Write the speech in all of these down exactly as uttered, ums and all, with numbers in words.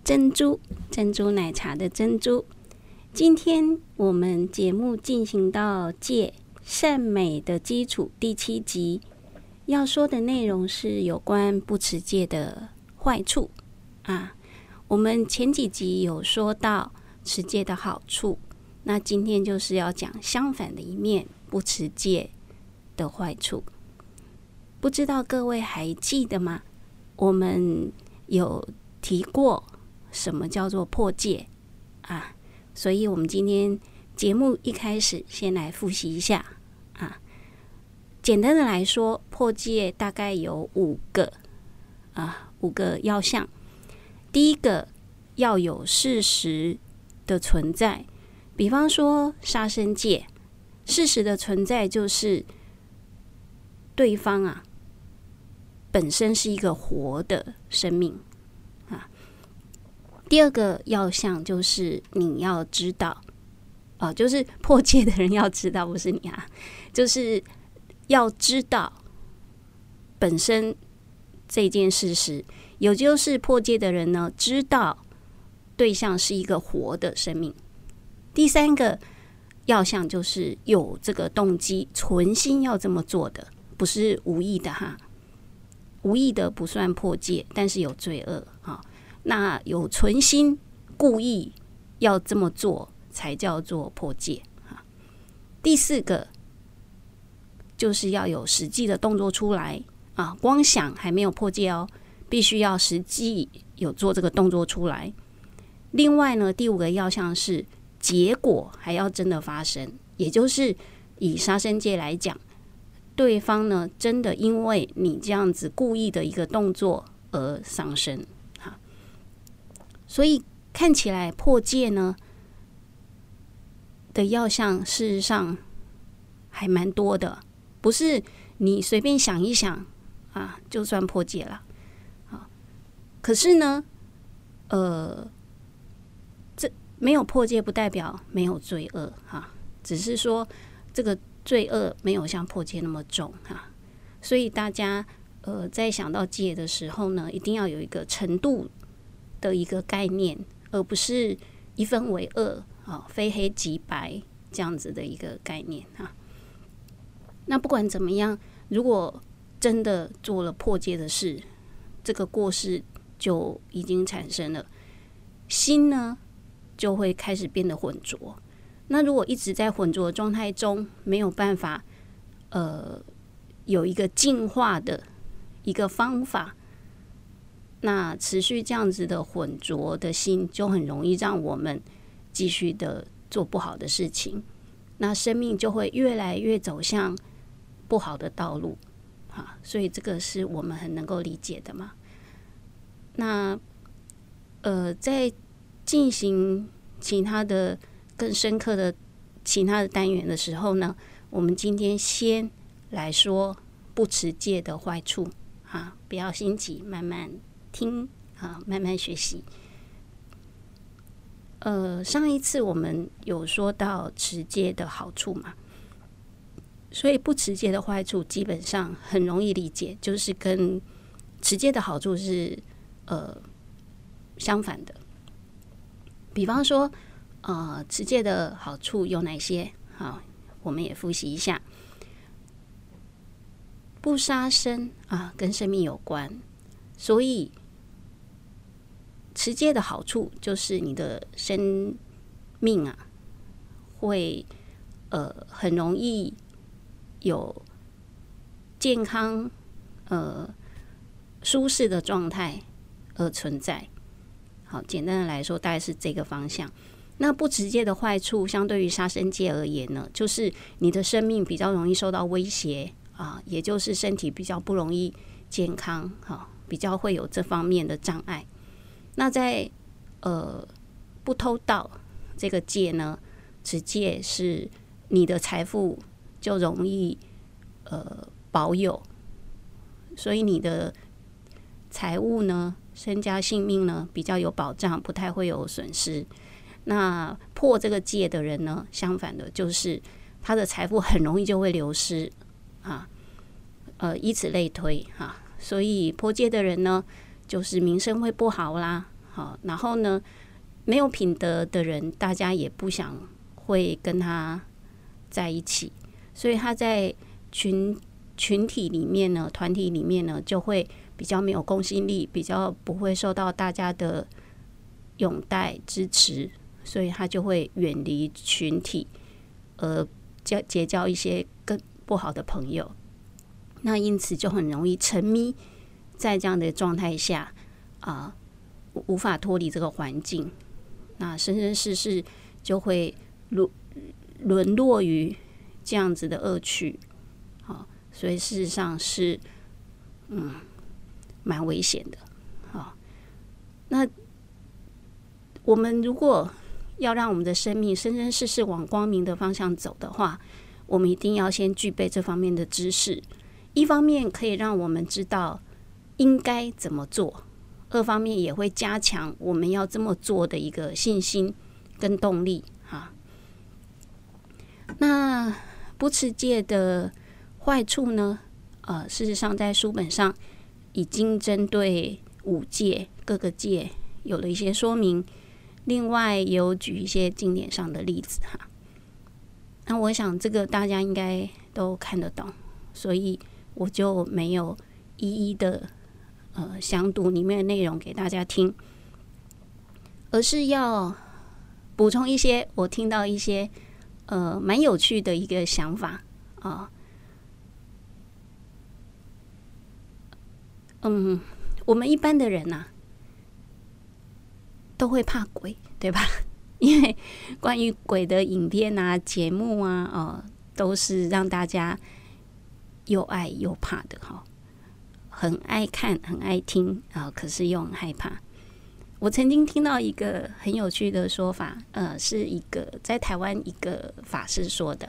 珍珠珍珠奶茶的珍珠。今天我们节目进行到戒善美的基础第七集，要说的内容是有关不持戒的坏处啊。我们前几集有说到持戒的好处，那今天就是要讲相反的一面，不持戒的坏处。不知道各位还记得吗？我们有提过什么叫做破戒啊？所以我们今天节目一开始先来复习一下啊。简单的来说，破戒大概有五个啊，五个要项。第一个要有事实的存在，比方说杀生戒，事实的存在就是对方啊本身是一个活的生命啊。第二个要项就是你要知道，哦，就是破戒的人要知道，不是你啊，就是要知道本身这件事实，也就是破戒的人呢，知道对象是一个活的生命。第三个要项就是有这个动机，存心要这么做的，不是无意的哈。无意的不算破戒，但是有罪恶哈。那有存心故意要这么做，才叫做破戒哈。第四个就是要有实际的动作出来啊，光想还没有破戒哦，必须要实际有做这个动作出来。另外呢，第五个要项是结果还要真的发生，也就是以杀生戒来讲，对方呢真的因为你这样子故意的一个动作而丧生哈。所以看起来破戒呢的要项事实上还蛮多的，不是你随便想一想啊就算破戒了。可是呢呃这没有破戒不代表没有罪恶哈，只是说这个罪恶没有像破戒那么重哈。所以大家呃在想到戒的时候呢，一定要有一个程度的一个概念，而不是一分为二啊，非黑即白这样子的一个概念哈。那不管怎么样，如果真的做了破戒的事，这个过失就已经产生了，心呢就会开始变得浑浊。那如果一直在浑浊的状态中，没有办法呃有一个净化的一个方法，那持续这样子的浑浊的心，就很容易让我们继续的做不好的事情，那生命就会越来越走向不好的道路啊。所以这个是我们很能够理解的嘛。那呃，在进行其他的更深刻的其他的单元的时候呢，我们今天先来说不持戒的坏处啊，不要心急，慢慢听啊，慢慢学习。呃，上一次我们有说到持戒的好处嘛，所以不持戒的坏处基本上很容易理解，就是跟持戒的好处是呃相反的。比方说呃持戒的好处有哪些？好，我们也复习一下。不杀生啊，跟生命有关，所以持戒的好处就是你的生命啊会呃很容易有健康呃舒适的状态而存在。好，简单的来说大概是这个方向。那不持戒的坏处相对于杀生戒而言呢，就是你的生命比较容易受到威胁啊，也就是身体比较不容易健康，啊，比较会有这方面的障碍。那在呃不偷盗这个戒呢，持戒是你的财富就容易呃保有，所以你的财物呢、身家性命呢比较有保障，不太会有损失。那破这个戒的人呢，相反的就是他的财富很容易就会流失啊，呃，以此类推哈、啊。所以破戒的人呢，就是名声会不好啦， 好，然后呢，没有品德的人，大家也不想会跟他在一起，所以他在群群体里面呢，团体里面呢，就会比较没有公信力，比较不会受到大家的拥戴支持，所以他就会远离群体，而结结交一些更不好的朋友。那因此就很容易沉迷在这样的状态下啊、呃，无法脱离这个环境，那生生世世就会沦沦落于这样子的恶趣，好，所以事实上是嗯蛮危险的。好，那我们如果要让我们的生命生生世世往光明的方向走的话，我们一定要先具备这方面的知识。一方面可以让我们知道应该怎么做，二方面也会加强我们要这么做的一个信心跟动力哈。那不持戒的坏处呢？呃，事实上在书本上已经针对五戒各个戒有了一些说明，另外也有举一些经典上的例子哈。那我想这个大家应该都看得懂，所以我就没有一一的呃详读里面的内容给大家听，而是要补充一些我听到一些呃蛮有趣的一个想法啊。嗯，我们一般的人呐、啊，都会怕鬼，对吧？因为关于鬼的影片啊、节目啊，呃，都是让大家又爱又怕的哈，很爱看，很爱听啊、呃，可是又很害怕。我曾经听到一个很有趣的说法，呃，是一个在台湾一个法师说的。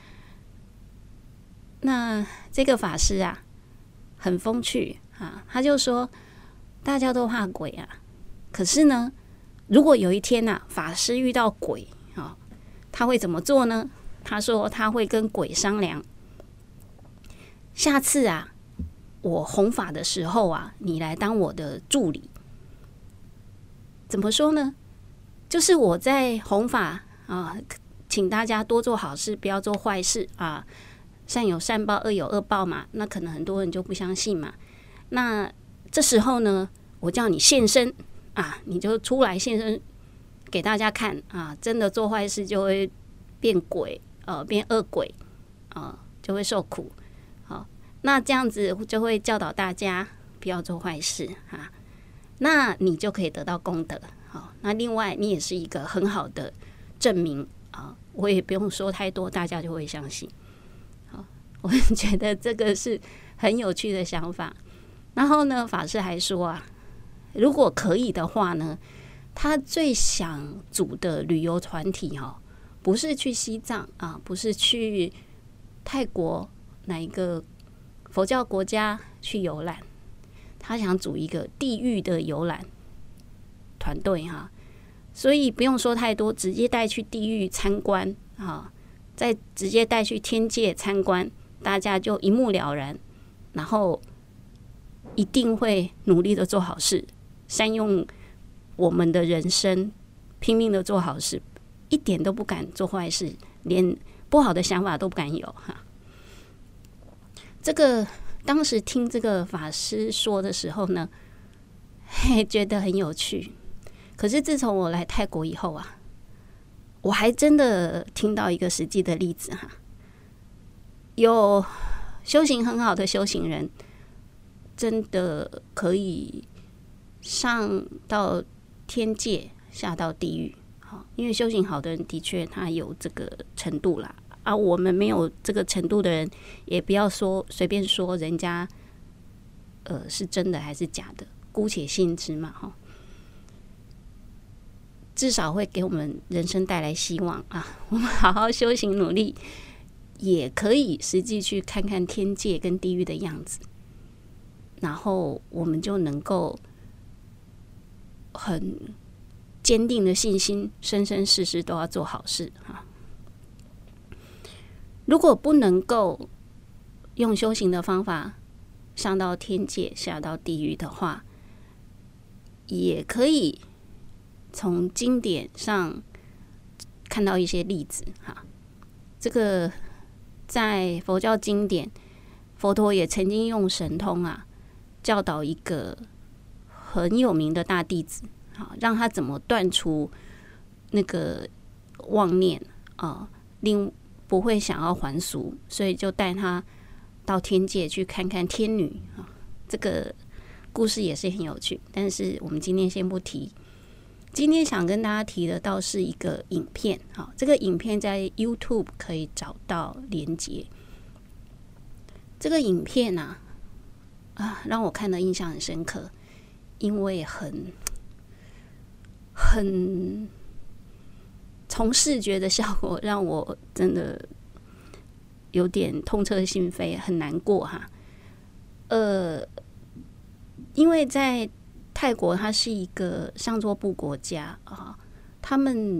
那这个法师啊，很风趣啊，他就说大家都怕鬼啊，可是呢，如果有一天啊，法师遇到鬼啊，他会怎么做呢？他说他会跟鬼商量，下次啊，我弘法的时候啊，你来当我的助理。怎么说呢？就是我在弘法啊，请大家多做好事，不要做坏事啊，善有善报，恶有恶报嘛。那可能很多人就不相信嘛。那这时候呢，我叫你现身啊，你就出来现身给大家看啊，真的做坏事就会变鬼，呃，变恶鬼啊，就会受苦。好，那这样子就会教导大家不要做坏事啊。那你就可以得到功德。好，那另外你也是一个很好的证明啊，我也不用说太多，大家就会相信。好，我觉得这个是很有趣的想法。然后呢，法师还说啊，如果可以的话呢，他最想组的旅游团体哈，不是去西藏啊，不是去泰国哪一个佛教国家去游览。他想组一个地狱的游览团队哈，所以不用说太多，直接带去地狱参观哈，再直接带去天界参观，大家就一目了然，然后一定会努力的做好事，善用我们的人生，拼命的做好事，一点都不敢做坏事，连不好的想法都不敢有哈。这个。当时听这个法师说的时候呢，嘿，觉得很有趣。可是自从我来泰国以后啊，我还真的听到一个实际的例子哈，有修行很好的修行人，真的可以上到天界，下到地狱。好，因为修行好的人的确他有这个程度啦。啊，我们没有这个程度的人，也不要说随便说人家，呃，是真的还是假的，姑且信之嘛，哈。至少会给我们人生带来希望啊！我们好好修行努力，也可以实际去看看天界跟地狱的样子，然后我们就能够很坚定的信心，生生世世都要做好事哈。如果不能够用修行的方法上到天界下到地狱的话，也可以从经典上看到一些例子哈。这个在佛教经典，佛陀也曾经用神通啊教导一个很有名的大弟子，好让他怎么断除那个妄念啊，令不会想要还俗，所以就带他到天界去看看天女啊。这个故事也是很有趣，但是我们今天先不提。今天想跟大家提的倒是一个影片，好，这个影片在 YouTube 可以找到连结。这个影片啊，啊，让我看的印象很深刻，因为很很从视觉的效果让我真的有点痛彻心扉，很难过哈。呃，因为在泰国，它是一个上座部国家啊，他们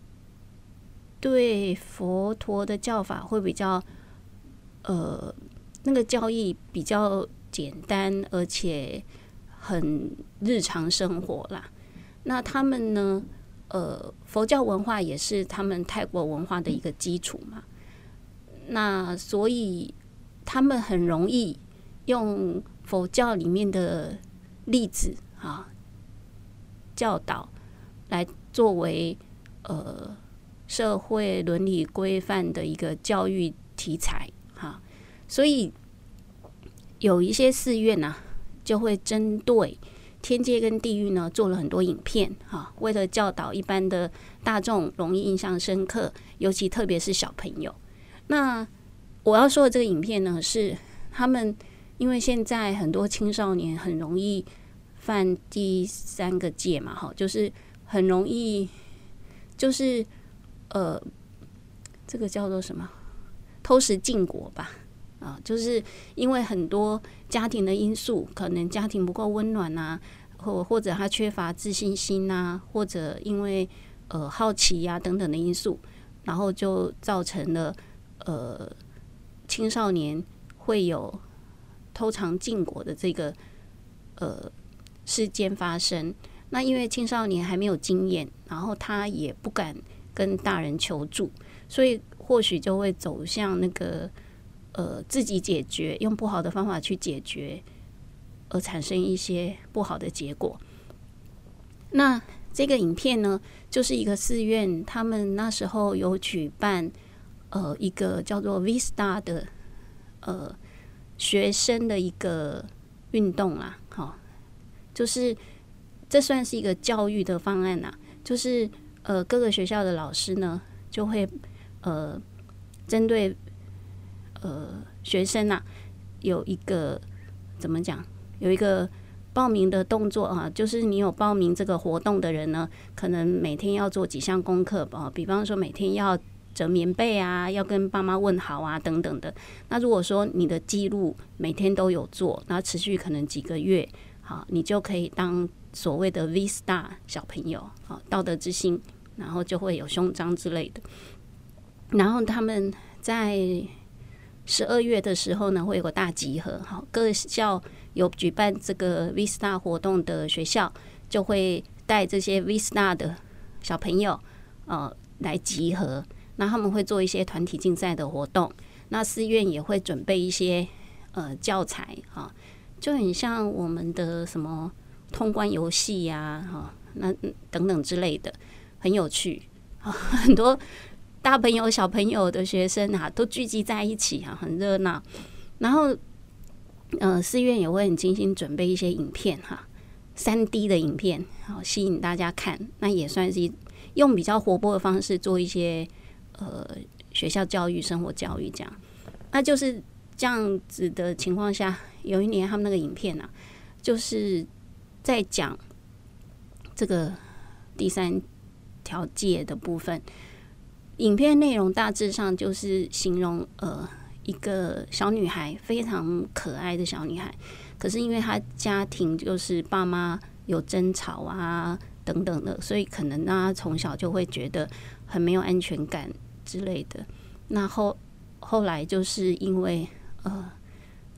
对佛陀的教法会比较，呃，那个教义比较简单，而且很日常生活啦。那他们呢，呃，佛教文化也是他们泰国文化的一个基础嘛。那所以他们很容易用佛教里面的例子啊，教导来作为呃社会伦理规范的一个教育题材哈，所以有一些寺院呢、啊，就会针对天界跟地狱呢做了很多影片哈，为了教导一般的大众容易印象深刻，尤其特别是小朋友。那我要说的这个影片呢，是他们因为现在很多青少年很容易犯第三个戒嘛，哈，就是很容易，就是呃，这个叫做什么？偷食禁果吧，啊，就是因为很多家庭的因素，可能家庭不够温暖啊，或或者他缺乏自信心啊，或者因为呃好奇呀、啊、等等的因素，然后就造成了呃青少年会有偷尝禁果的这个呃。事件发生，那因为青少年还没有经验，然后他也不敢跟大人求助，所以或许就会走向那个呃自己解决，用不好的方法去解决，而产生一些不好的结果。那这个影片呢，就是一个寺院，他们那时候有举办呃一个叫做 V-Star 的呃学生的一个运动啦，好。就是这算是一个教育的方案啊，就是呃各个学校的老师呢就会呃针对呃学生啊有一个怎么讲，有一个报名的动作啊，就是你有报名这个活动的人呢，可能每天要做几项功课啊，比方说每天要折棉被啊，要跟爸妈问好啊等等的。那如果说你的记录每天都有做，然后持续可能几个月。好，你就可以当所谓的 V-Star 小朋友，好，道德之星，然后就会有胸章之类的。然后他们在十二月的时候呢，会有个大集合，好，各校有举办这个 V-Star 活动的学校，就会带这些 V-Star 的小朋友，呃，来集合。那他们会做一些团体竞赛的活动，那寺院也会准备一些呃教材啊。就很像我们的什么通关游戏呀，哈，那等等之类的，很有趣。很多大朋友、小朋友的学生啊，都聚集在一起啊，很热闹。然后，呃，寺院也会很精心准备一些影片哈，三 D 的影片，好吸引大家看。那也算是用比较活泼的方式做一些呃学校教育、生活教育这样。那就是这样子的情况下。有一年他们那个影片啊，就是在讲这个第三条戒的部分。影片内容大致上就是形容呃一个小女孩，非常可爱的小女孩，可是因为她家庭就是爸妈有争吵啊等等的，所以可能她从小就会觉得很没有安全感之类的。那后后来就是因为呃。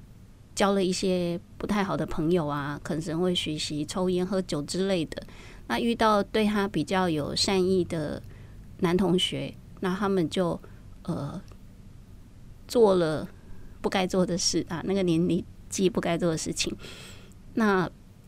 交了一些不太好的朋友啊，可能会学习抽烟、喝酒之类的。 那遇到对他比较有善意的男同学，那他们就呃做了不该做的事啊，那个年纪不该做的事情。那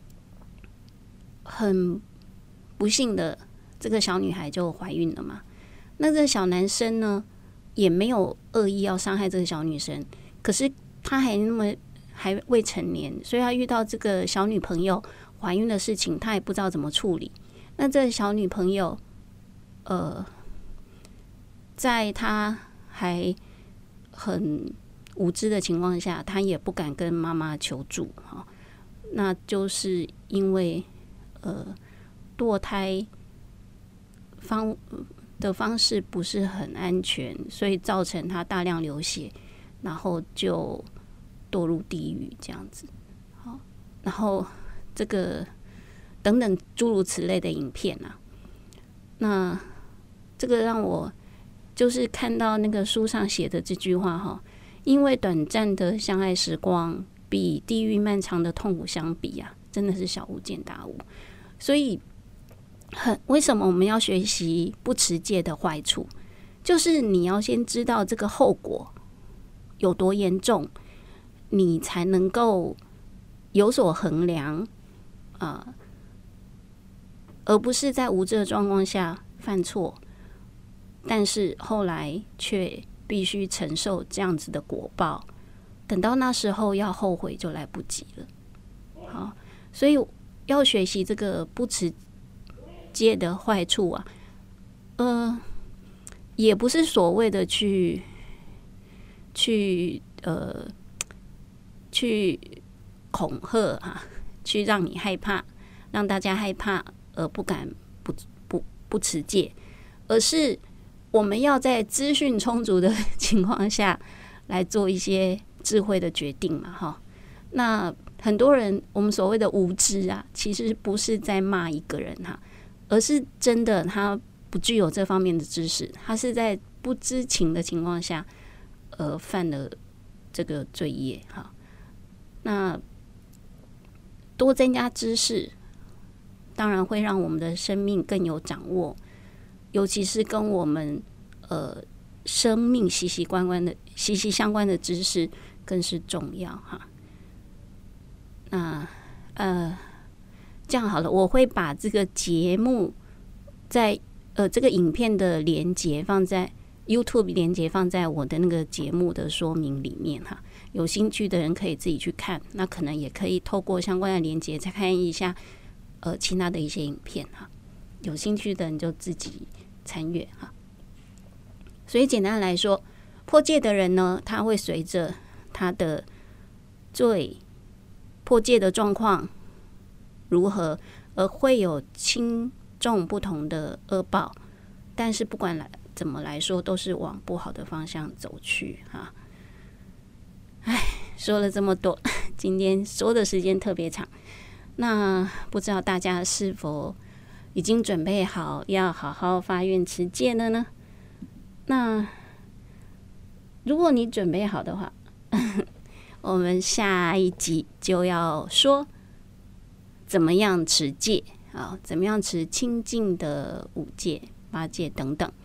很不幸的，这个小女孩就怀孕了嘛。那这个小男生呢，也没有恶意要伤害这个小女生，可是他还那么还未成年，所以他遇到这个小女朋友怀孕的事情，他也不知道怎么处理。那这个小女朋友，呃，在他还很无知的情况下，他也不敢跟妈妈求助哈。那就是因为呃堕胎方的方式不是很安全，所以造成他大量流血，然后就堕入地狱这样子。好，然后这个等等诸如此类的影片啊，那这个让我就是看到那个书上写的这句话哈，因为短暂的相爱时光比地狱漫长的痛苦相比啊，真的是小巫见大巫。所以很为什么我们要学习不持戒的坏处，就是你要先知道这个后果有多严重，你才能够有所衡量啊、呃，而不是在无知的状况下犯错，但是后来却必须承受这样子的果报，等到那时候要后悔就来不及了。好，所以要学习这个不持戒的坏处啊，呃，也不是所谓的去去呃去恐吓啊，去让你害怕，让大家害怕而不敢不不不持戒，而是我们要在资讯充足的情况下来做一些智慧的决定嘛，哈。那很多人我们所谓的无知啊，其实不是在骂一个人哈，而是真的他不具有这方面的知识，他是在不知情的情况下，呃，犯了这个罪业哈。那多增加知识，当然会让我们的生命更有掌握，尤其是跟我们呃生命息息关关的、息息相关的知识更是重要哈。那呃，这样好了，我会把这个节目在呃这个影片的连结放在 YouTube 连结放在我的那个节目的说明里面哈。有兴趣的人可以自己去看，那可能也可以透过相关的连结再看一下呃其他的一些影片哈。有兴趣的人就自己参阅哈。所以简单来说，破戒的人呢，他会随着他的罪破戒的状况如何，而会有轻重不同的恶报，但是不管来怎么来说，都是往不好的方向走去哈。哎，说了这么多，今天说的时间特别长，那不知道大家是否已经准备好要好好发愿持戒了呢？那如果你准备好的话，我们下一集就要说怎么样持戒啊，怎么样持清净的五戒、八戒等等。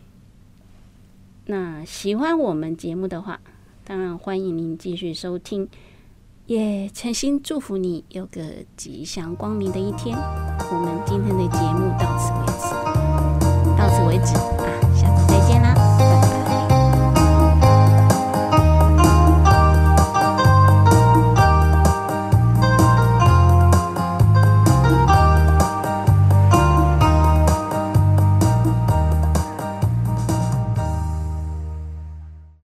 那喜欢我们节目的话，当然欢迎您继续收听，也诚心祝福你有个吉祥光明的一天。我们今天的节目到此为止，到此为止。